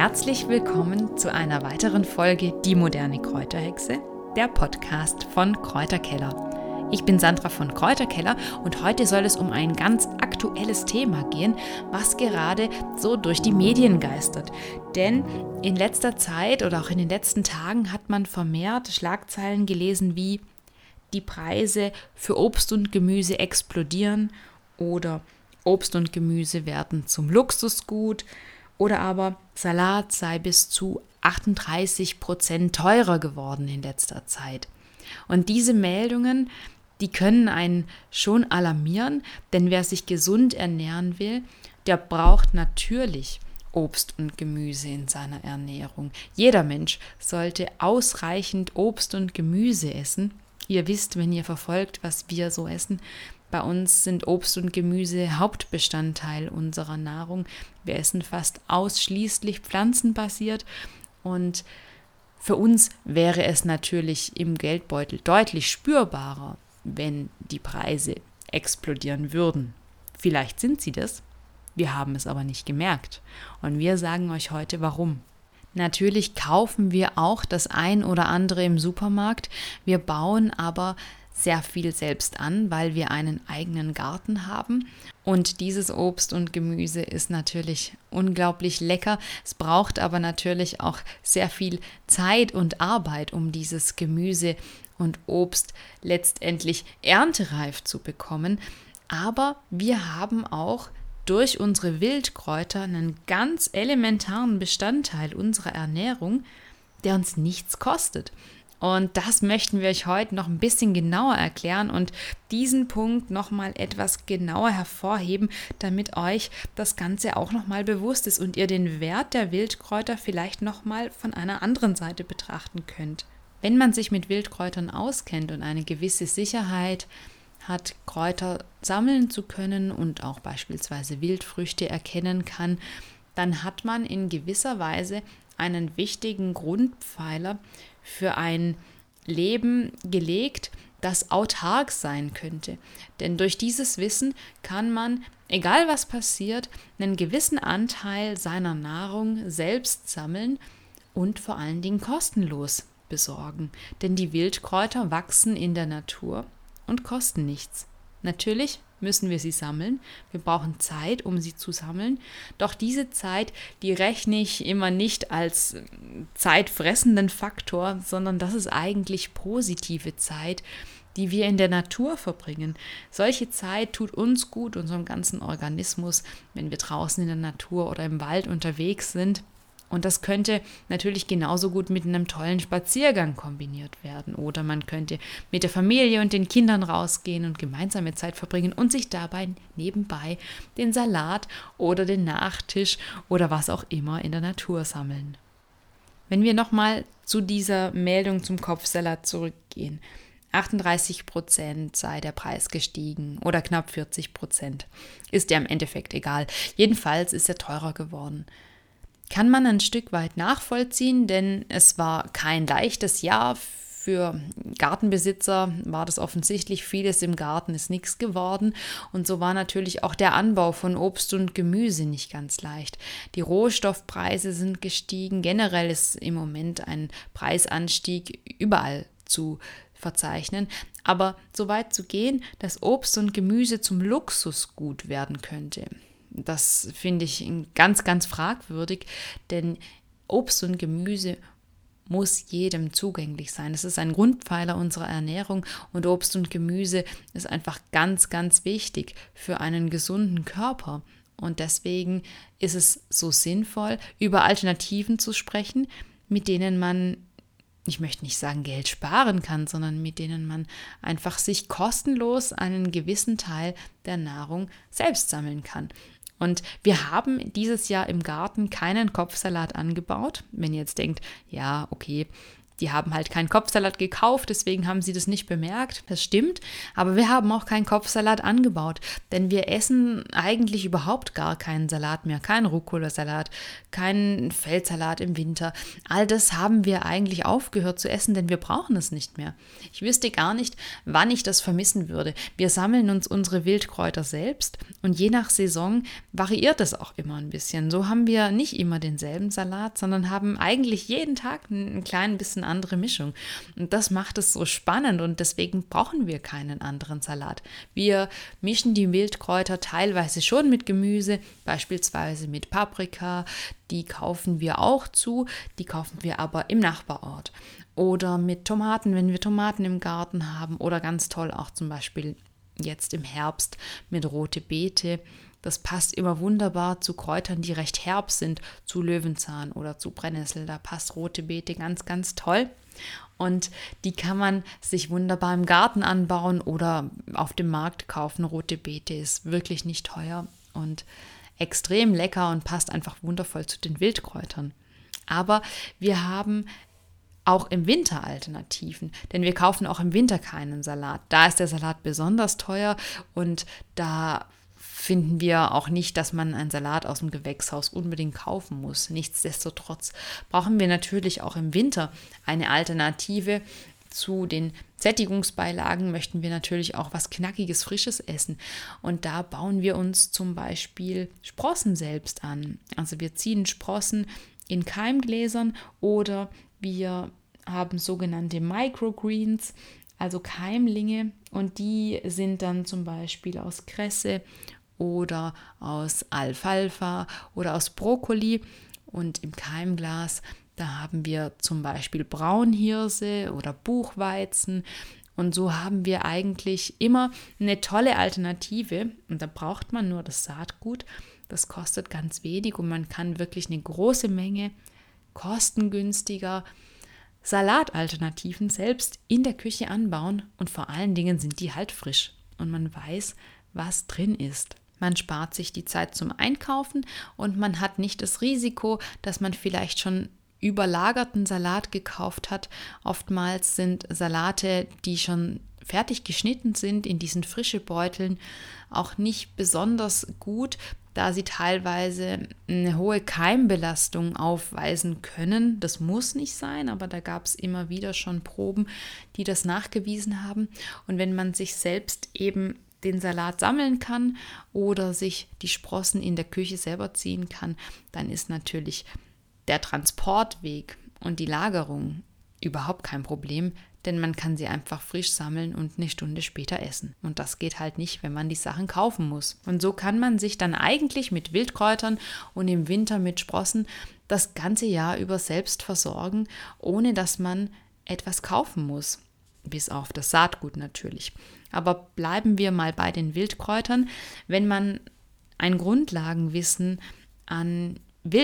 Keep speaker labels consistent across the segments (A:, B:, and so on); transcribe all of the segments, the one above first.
A: Herzlich willkommen zu einer weiteren Folge Die moderne Kräuterhexe, der Podcast von Kräuterkeller. Ich bin Sandra von Kräuterkeller und heute soll es um ein ganz aktuelles Thema gehen, was gerade so durch die Medien geistert. Denn in letzter Zeit oder auch in den letzten Tagen hat man vermehrt Schlagzeilen gelesen wie: Die Preise für Obst und Gemüse explodieren oder Obst und Gemüse werden zum Luxusgut oder aber Salat sei bis zu 38% teurer geworden in letzter Zeit. Und diese Meldungen, die können einen schon alarmieren, denn wer sich gesund ernähren will, der braucht natürlich Obst und Gemüse in seiner Ernährung. Jeder Mensch sollte ausreichend Obst und Gemüse essen. Ihr wisst, wenn ihr verfolgt, was wir so essen, bei uns sind Obst und Gemüse Hauptbestandteil unserer Nahrung. Wir essen fast ausschließlich pflanzenbasiert und für uns wäre es natürlich im Geldbeutel deutlich spürbarer, wenn die Preise explodieren würden. Vielleicht sind sie das, wir haben es aber nicht gemerkt und wir sagen euch heute warum. Natürlich kaufen wir auch das ein oder andere im Supermarkt, wir bauen aber sehr viel selbst an, weil wir einen eigenen Garten haben. Und dieses Obst und Gemüse ist natürlich unglaublich lecker. Es braucht aber natürlich auch sehr viel Zeit und Arbeit, um dieses Gemüse und Obst letztendlich erntereif zu bekommen. Aber wir haben auch durch unsere Wildkräuter einen ganz elementaren Bestandteil unserer Ernährung, der uns nichts kostet. Und das möchten wir euch heute noch ein bisschen genauer erklären und diesen Punkt nochmal etwas genauer hervorheben, damit euch das Ganze auch nochmal bewusst ist und ihr den Wert der Wildkräuter vielleicht nochmal von einer anderen Seite betrachten könnt. Wenn man sich mit Wildkräutern auskennt und eine gewisse Sicherheit hat, Kräuter sammeln zu können und auch beispielsweise Wildfrüchte erkennen kann, dann hat man in gewisser Weise einen wichtigen Grundpfeiler für ein Leben gelegt, das autark sein könnte. Denn durch dieses Wissen kann man, egal was passiert, einen gewissen Anteil seiner Nahrung selbst sammeln und vor allen Dingen kostenlos besorgen. Denn die Wildkräuter wachsen in der Natur und kosten nichts. Natürlich müssen wir sie sammeln. Wir brauchen Zeit, um sie zu sammeln. Doch diese Zeit, die rechne ich immer nicht als zeitfressenden Faktor, sondern das ist eigentlich positive Zeit, die wir in der Natur verbringen. Solche Zeit tut uns gut, unserem ganzen Organismus, wenn wir draußen in der Natur oder im Wald unterwegs sind. Und das könnte natürlich genauso gut mit einem tollen Spaziergang kombiniert werden. Oder man könnte mit der Familie und den Kindern rausgehen und gemeinsame Zeit verbringen und sich dabei nebenbei den Salat oder den Nachtisch oder was auch immer in der Natur sammeln. Wenn wir nochmal zu dieser Meldung zum Kopfsalat zurückgehen. 38% sei der Preis gestiegen oder knapp 40%. Ist ja im Endeffekt egal. Jedenfalls ist er teurer geworden. Kann man ein Stück weit nachvollziehen, denn es war kein leichtes Jahr. Für Gartenbesitzer war das offensichtlich, vieles im Garten ist nichts geworden und so war natürlich auch der Anbau von Obst und Gemüse nicht ganz leicht. Die Rohstoffpreise sind gestiegen, generell ist im Moment ein Preisanstieg überall zu verzeichnen, aber so weit zu gehen, dass Obst und Gemüse zum Luxusgut werden könnte. Das finde ich ganz, ganz fragwürdig, denn Obst und Gemüse muss jedem zugänglich sein. Es ist ein Grundpfeiler unserer Ernährung und Obst und Gemüse ist einfach ganz, ganz wichtig für einen gesunden Körper. Und deswegen ist es so sinnvoll, über Alternativen zu sprechen, mit denen man, ich möchte nicht sagen Geld sparen kann, sondern mit denen man einfach sich kostenlos einen gewissen Teil der Nahrung selbst sammeln kann. Und wir haben dieses Jahr im Garten keinen Kopfsalat angebaut. Wenn ihr jetzt denkt, ja, okay, die haben halt keinen Kopfsalat gekauft, deswegen haben sie das nicht bemerkt. Das stimmt, aber wir haben auch keinen Kopfsalat angebaut, denn wir essen eigentlich überhaupt gar keinen Salat mehr, keinen Rucola-Salat, keinen Feldsalat im Winter. All das haben wir eigentlich aufgehört zu essen, denn wir brauchen es nicht mehr. Ich wüsste gar nicht, wann ich das vermissen würde. Wir sammeln uns unsere Wildkräuter selbst Und je nach Saison variiert es auch immer ein bisschen. So haben wir nicht immer denselben Salat, sondern haben eigentlich jeden Tag ein klein bisschen andere Mischung. Und das macht es so spannend und deswegen brauchen wir keinen anderen Salat. Wir mischen die Wildkräuter teilweise schon mit Gemüse, beispielsweise mit Paprika. Die kaufen wir auch zu, die kaufen wir aber im Nachbarort. Oder mit Tomaten, wenn wir Tomaten im Garten haben. Oder ganz toll auch zum Beispiel jetzt im Herbst mit rote Beete. Das passt immer wunderbar zu Kräutern, die recht herb sind, zu Löwenzahn oder zu Brennnessel. Da passt rote Beete ganz, ganz toll. Und die kann man sich wunderbar im Garten anbauen oder auf dem Markt kaufen. Rote Beete ist wirklich nicht teuer und extrem lecker und passt einfach wundervoll zu den Wildkräutern. Aber wir haben auch im Winter Alternativen, denn wir kaufen auch im Winter keinen Salat. Da ist der Salat besonders teuer und da finden wir auch nicht, dass man einen Salat aus dem Gewächshaus unbedingt kaufen muss. Nichtsdestotrotz brauchen wir natürlich auch im Winter eine Alternative. Zu den Sättigungsbeilagen möchten wir natürlich auch was Knackiges, Frisches essen. Und da bauen wir uns zum Beispiel Sprossen selbst an. Also wir ziehen Sprossen in Keimgläsern oder wir haben sogenannte Microgreens, also Keimlinge, und die sind dann zum Beispiel aus Kresse oder aus Alfalfa oder aus Brokkoli. Und im Keimglas, da haben wir zum Beispiel Braunhirse oder Buchweizen. Und so haben wir eigentlich immer eine tolle Alternative. Und da braucht man nur das Saatgut. Das kostet ganz wenig und man kann wirklich eine große Menge kostengünstiger Salatalternativen selbst in der Küche anbauen und vor allen Dingen sind die halt frisch und man weiß, was drin ist. Man spart sich die Zeit zum Einkaufen und man hat nicht das Risiko, dass man vielleicht schon überlagerten Salat gekauft hat. Oftmals sind Salate, die schon fertig geschnitten sind, in diesen frischen Beuteln auch nicht besonders gut, da sie teilweise eine hohe Keimbelastung aufweisen können. Das muss nicht sein, aber da gab es immer wieder schon Proben, die das nachgewiesen haben. Und wenn man sich selbst eben den Salat sammeln kann oder sich die Sprossen in der Küche selber ziehen kann, dann ist natürlich der Transportweg und die Lagerung überhaupt kein Problem, denn man kann sie einfach frisch sammeln und eine Stunde später essen. Und das geht halt nicht, wenn man die Sachen kaufen muss. Und so kann man sich dann eigentlich mit Wildkräutern und im Winter mit Sprossen das ganze Jahr über selbst versorgen, ohne dass man etwas kaufen muss. Bis auf das Saatgut natürlich. Aber bleiben wir mal bei den Wildkräutern. Wenn man ein Grundlagenwissen an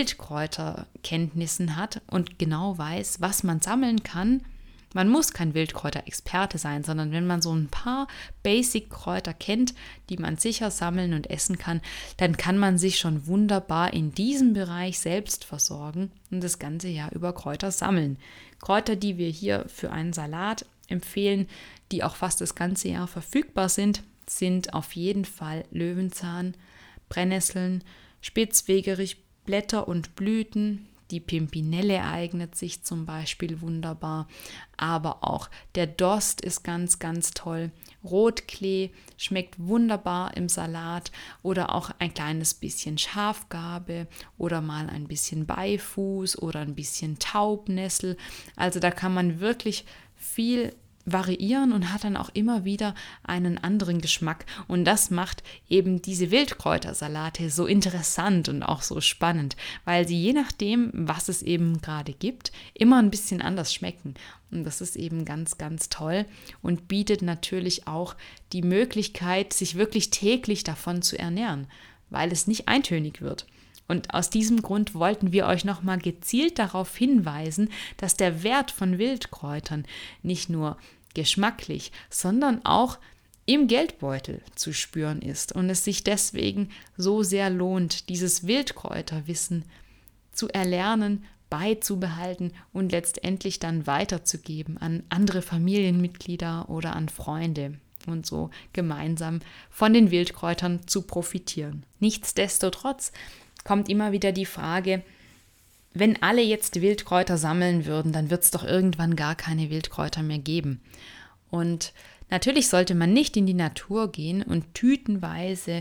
A: Wildkräuterkenntnissen hat und genau weiß, was man sammeln kann, man muss kein Wildkräuterexperte sein, sondern wenn man so ein paar Basic-Kräuter kennt, die man sicher sammeln und essen kann, dann kann man sich schon wunderbar in diesem Bereich selbst versorgen und das ganze Jahr über Kräuter sammeln. Kräuter, die wir hier für einen Salat empfehlen, die auch fast das ganze Jahr verfügbar sind, sind auf jeden Fall Löwenzahn, Brennnesseln, Spitzwegerich, Blätter und Blüten. Die Pimpinelle eignet sich zum Beispiel wunderbar, aber auch der Dost ist ganz, ganz toll. Rotklee schmeckt wunderbar im Salat oder auch ein kleines bisschen Schafgarbe oder mal ein bisschen Beifuß oder ein bisschen Taubnessel. Also da kann man wirklich viel variieren und hat dann auch immer wieder einen anderen Geschmack. Und das macht eben diese Wildkräutersalate so interessant und auch so spannend, weil sie je nachdem, was es eben gerade gibt, immer ein bisschen anders schmecken. Und das ist eben ganz, ganz toll und bietet natürlich auch die Möglichkeit, sich wirklich täglich davon zu ernähren, weil es nicht eintönig wird. Und aus diesem Grund wollten wir euch nochmal gezielt darauf hinweisen, dass der Wert von Wildkräutern nicht nur geschmacklich, sondern auch im Geldbeutel zu spüren ist und es sich deswegen so sehr lohnt, dieses Wildkräuterwissen zu erlernen, beizubehalten und letztendlich dann weiterzugeben an andere Familienmitglieder oder an Freunde und so gemeinsam von den Wildkräutern zu profitieren. Nichtsdestotrotz kommt immer wieder die Frage, wenn alle jetzt Wildkräuter sammeln würden, dann wird es doch irgendwann gar keine Wildkräuter mehr geben. Und natürlich sollte man nicht in die Natur gehen und tütenweise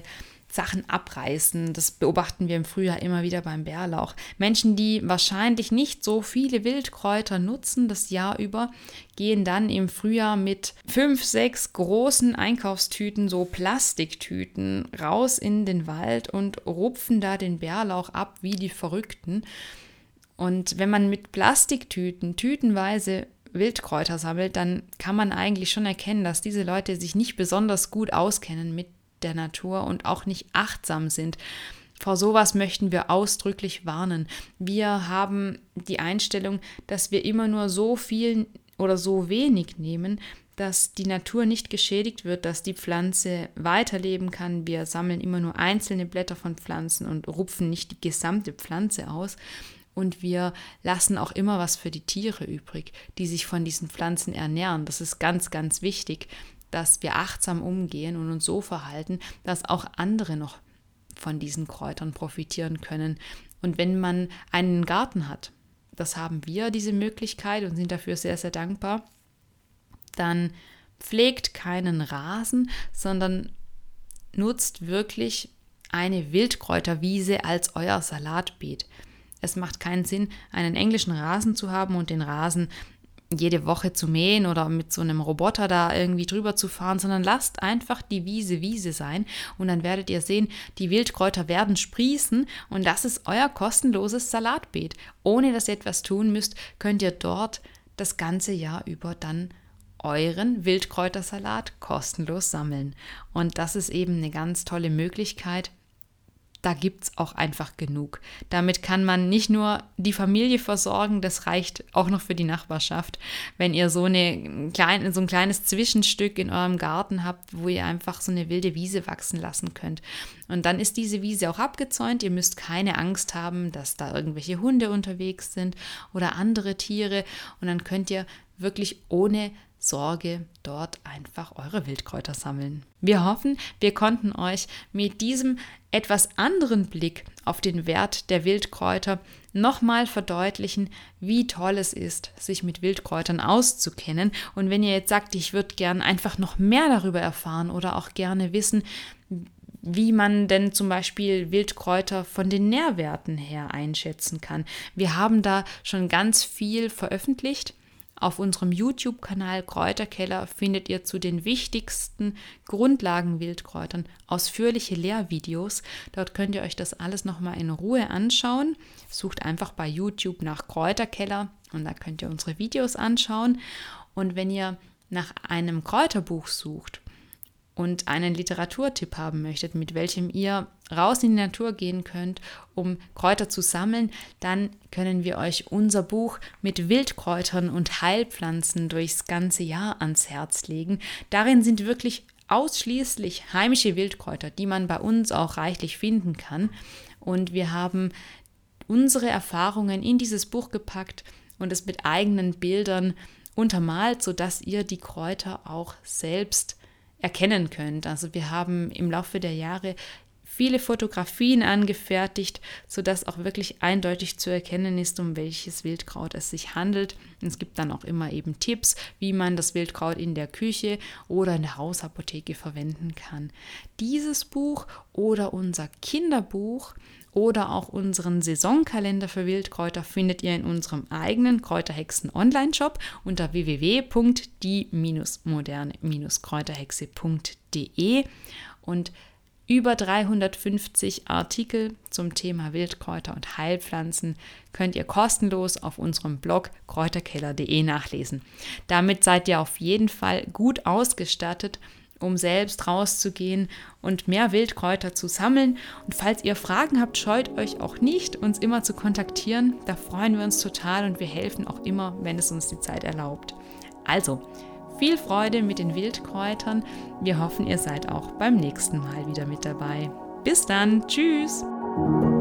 A: Sachen abreißen. Das beobachten wir im Frühjahr immer wieder beim Bärlauch. Menschen, die wahrscheinlich nicht so viele Wildkräuter nutzen das Jahr über, gehen dann im Frühjahr mit 5, 6 großen Einkaufstüten, so Plastiktüten, raus in den Wald und rupfen da den Bärlauch ab wie die Verrückten. Und wenn man mit Plastiktüten tütenweise Wildkräuter sammelt, dann kann man eigentlich schon erkennen, dass diese Leute sich nicht besonders gut auskennen mit der Natur und auch nicht achtsam sind. Vor sowas möchten wir ausdrücklich warnen. Wir haben die Einstellung, dass wir immer nur so viel oder so wenig nehmen, dass die Natur nicht geschädigt wird, dass die Pflanze weiterleben kann. Wir sammeln immer nur einzelne Blätter von Pflanzen und rupfen nicht die gesamte Pflanze aus. Und wir lassen auch immer was für die Tiere übrig, die sich von diesen Pflanzen ernähren. Das ist ganz, ganz wichtig, dass wir achtsam umgehen und uns so verhalten, dass auch andere noch von diesen Kräutern profitieren können. Und wenn man einen Garten hat, das haben wir, diese Möglichkeit, und sind dafür sehr, sehr dankbar, dann pflegt keinen Rasen, sondern nutzt wirklich eine Wildkräuterwiese als euer Salatbeet. Es macht keinen Sinn, einen englischen Rasen zu haben und den Rasen jede Woche zu mähen oder mit so einem Roboter da irgendwie drüber zu fahren, sondern lasst einfach die Wiese sein und dann werdet ihr sehen, die Wildkräuter werden sprießen und das ist euer kostenloses Salatbeet. Ohne dass ihr etwas tun müsst, könnt ihr dort das ganze Jahr über dann euren Wildkräutersalat kostenlos sammeln. Und das ist eben eine ganz tolle Möglichkeit. Da gibt es auch einfach genug. Damit kann man nicht nur die Familie versorgen, das reicht auch noch für die Nachbarschaft. Wenn ihr so ein kleines Zwischenstück in eurem Garten habt, wo ihr einfach so eine wilde Wiese wachsen lassen könnt. Und dann ist diese Wiese auch abgezäunt. Ihr müsst keine Angst haben, dass da irgendwelche Hunde unterwegs sind oder andere Tiere. Und dann könnt ihr wirklich ohne Sorge dort einfach eure Wildkräuter sammeln. Wir hoffen, wir konnten euch mit diesem etwas anderen Blick auf den Wert der Wildkräuter nochmal verdeutlichen, wie toll es ist, sich mit Wildkräutern auszukennen. Und wenn ihr jetzt sagt, ich würde gern einfach noch mehr darüber erfahren oder auch gerne wissen, wie man denn zum Beispiel Wildkräuter von den Nährwerten her einschätzen kann. Wir haben da schon ganz viel veröffentlicht. Auf unserem YouTube-Kanal Kräuterkeller findet ihr zu den wichtigsten Grundlagen-Wildkräutern ausführliche Lehrvideos. Dort könnt ihr euch das alles nochmal in Ruhe anschauen. Sucht einfach bei YouTube nach Kräuterkeller und da könnt ihr unsere Videos anschauen. Und wenn ihr nach einem Kräuterbuch sucht und einen Literaturtipp haben möchtet, mit welchem ihr raus in die Natur gehen könnt, um Kräuter zu sammeln, dann können wir euch unser Buch mit Wildkräutern und Heilpflanzen durchs ganze Jahr ans Herz legen. Darin sind wirklich ausschließlich heimische Wildkräuter, die man bei uns auch reichlich finden kann. Und wir haben unsere Erfahrungen in dieses Buch gepackt und es mit eigenen Bildern untermalt, sodass ihr die Kräuter auch selbst erkennen könnt. Also wir haben im Laufe der Jahre viele Fotografien angefertigt, sodass auch wirklich eindeutig zu erkennen ist, um welches Wildkraut es sich handelt. Und es gibt dann auch immer eben Tipps, wie man das Wildkraut in der Küche oder in der Hausapotheke verwenden kann. Dieses Buch oder unser Kinderbuch oder auch unseren Saisonkalender für Wildkräuter findet ihr in unserem eigenen Kräuterhexen-Online-Shop unter www.die-moderne-kräuterhexe.de und über 350 Artikel zum Thema Wildkräuter und Heilpflanzen könnt ihr kostenlos auf unserem Blog kräuterkeller.de nachlesen. Damit seid ihr auf jeden Fall gut ausgestattet, um selbst rauszugehen und mehr Wildkräuter zu sammeln. Und falls ihr Fragen habt, scheut euch auch nicht, uns immer zu kontaktieren. Da freuen wir uns total und wir helfen auch immer, wenn es uns die Zeit erlaubt. Also, viel Freude mit den Wildkräutern. Wir hoffen, ihr seid auch beim nächsten Mal wieder mit dabei. Bis dann. Tschüss.